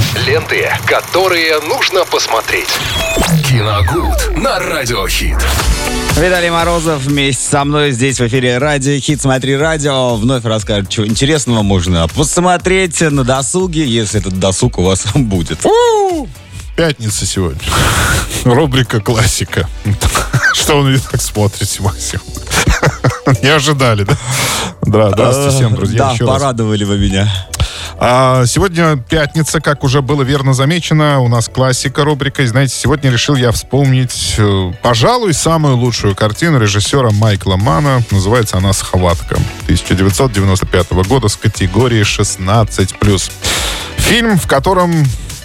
Ленты, которые нужно посмотреть. Киногуд на Радиохит. Виталий Морозов вместе со мной здесь в эфире Радио Хит. Смотри радио. Вновь расскажет, что интересного можно посмотреть на досуге, если этот досуг у вас будет. Пятница сегодня. Рубрика «Классика». Что вы так смотрите, Максим? Не ожидали, да? Да, здравствуйте всем, друзья. Да, порадовали вы меня. Сегодня пятница, как уже было верно замечено, у нас классика рубрика. И знаете, сегодня решил я вспомнить, пожалуй, самую лучшую картину режиссера Майкла Манна. Называется она «Схватка» 1995 года с категории 16+. Фильм, в котором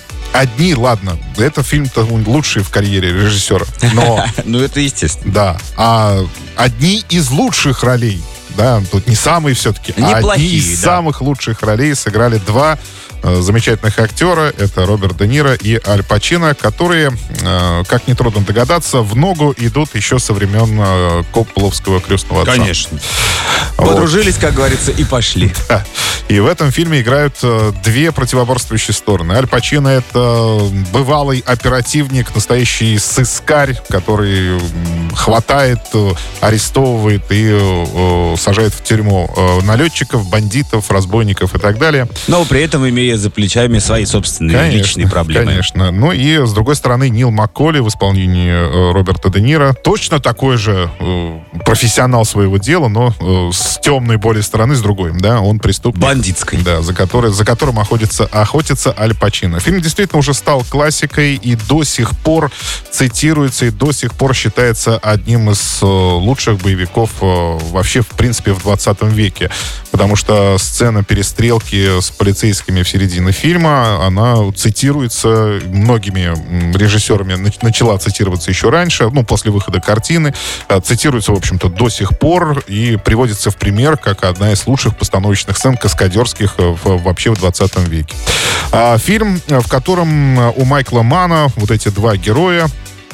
это фильм-то лучший в карьере режиссера. Но, ну, это естественно. Да. А одни из лучших ролей, да, тут не самые все-таки, а одни из самых лучших ролей сыграли два замечательных актера. Это Роберт Де Ниро и Аль Пачино, которые, как нетрудно догадаться, в ногу идут еще со времен Копполовского «Крестного отца». Конечно. Подружились, как говорится, и пошли. Да. И в этом фильме играют две противоборствующие стороны. Аль Пачино — это бывалый оперативник, настоящий сыскарь, который хватает, арестовывает и сажает в тюрьму налетчиков, бандитов, разбойников и так далее. Но при этом имея за плечами свои собственные личные проблемы. Конечно. Ну и, с другой стороны, Нил Макколи в исполнении Роберта Де Ниро. Точно такой же профессионал своего дела, но с темной более стороны, с другой. Да, он преступник. Бандитской. Да, за которым охотится Аль Пачино. Фильм действительно уже стал классикой и до сих пор цитируется, и до сих пор считается одним из лучших боевиков вообще, в принципе, в 20 веке. Потому что сцена перестрелки с полицейскими в середине фильма, она цитируется многими режиссерами, начала цитироваться еще раньше, после выхода картины, цитируется, в общем-то, до сих пор и приводится в пример как одна из лучших постановочных сцен каскадерских вообще в 20 веке. Фильм, в котором у Майкла Манна вот эти два героя,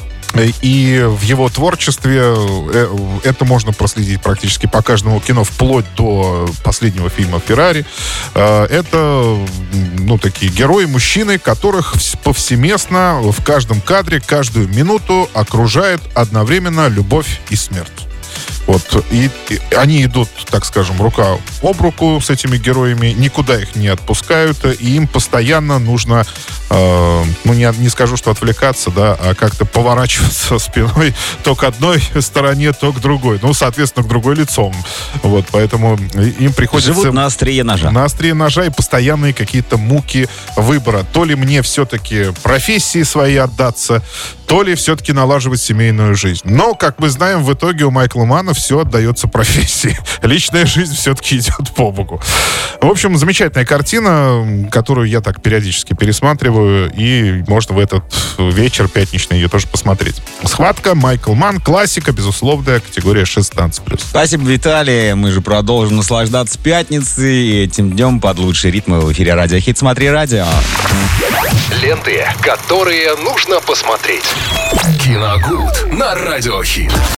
и в его творчестве это можно проследить практически по каждому кино, вплоть до последнего фильма «Феррари». Это, такие герои, мужчины, которых повсеместно в каждом кадре, каждую минуту окружает одновременно любовь и смерть. И они идут, так скажем, рука об руку с этими героями, никуда их не отпускают, и им постоянно нужно, не скажу, что отвлекаться, да, а как-то поворачиваться спиной то к одной стороне, то к другой. Соответственно, к другой лицом. Поэтому им приходится... Живут на острие ножа. На острие ножа и постоянные какие-то муки выбора. То ли мне все-таки профессии свои отдаться, то ли все-таки налаживать семейную жизнь. Но, как мы знаем, в итоге у Майкла Манна все отдается профессии. Личная жизнь все-таки идет по боку. В общем, замечательная картина, которую я так периодически пересматриваю, и можно в этот вечер пятничный ее тоже посмотреть. «Схватка», Майкл Манн, классика, безусловная, категория 16+. Спасибо, Виталий. Мы же продолжим наслаждаться пятницей и этим днем под лучшие ритмы в эфире Радио Хит. Смотри радио. Ленты, которые нужно посмотреть. Киногуд на Радиохит.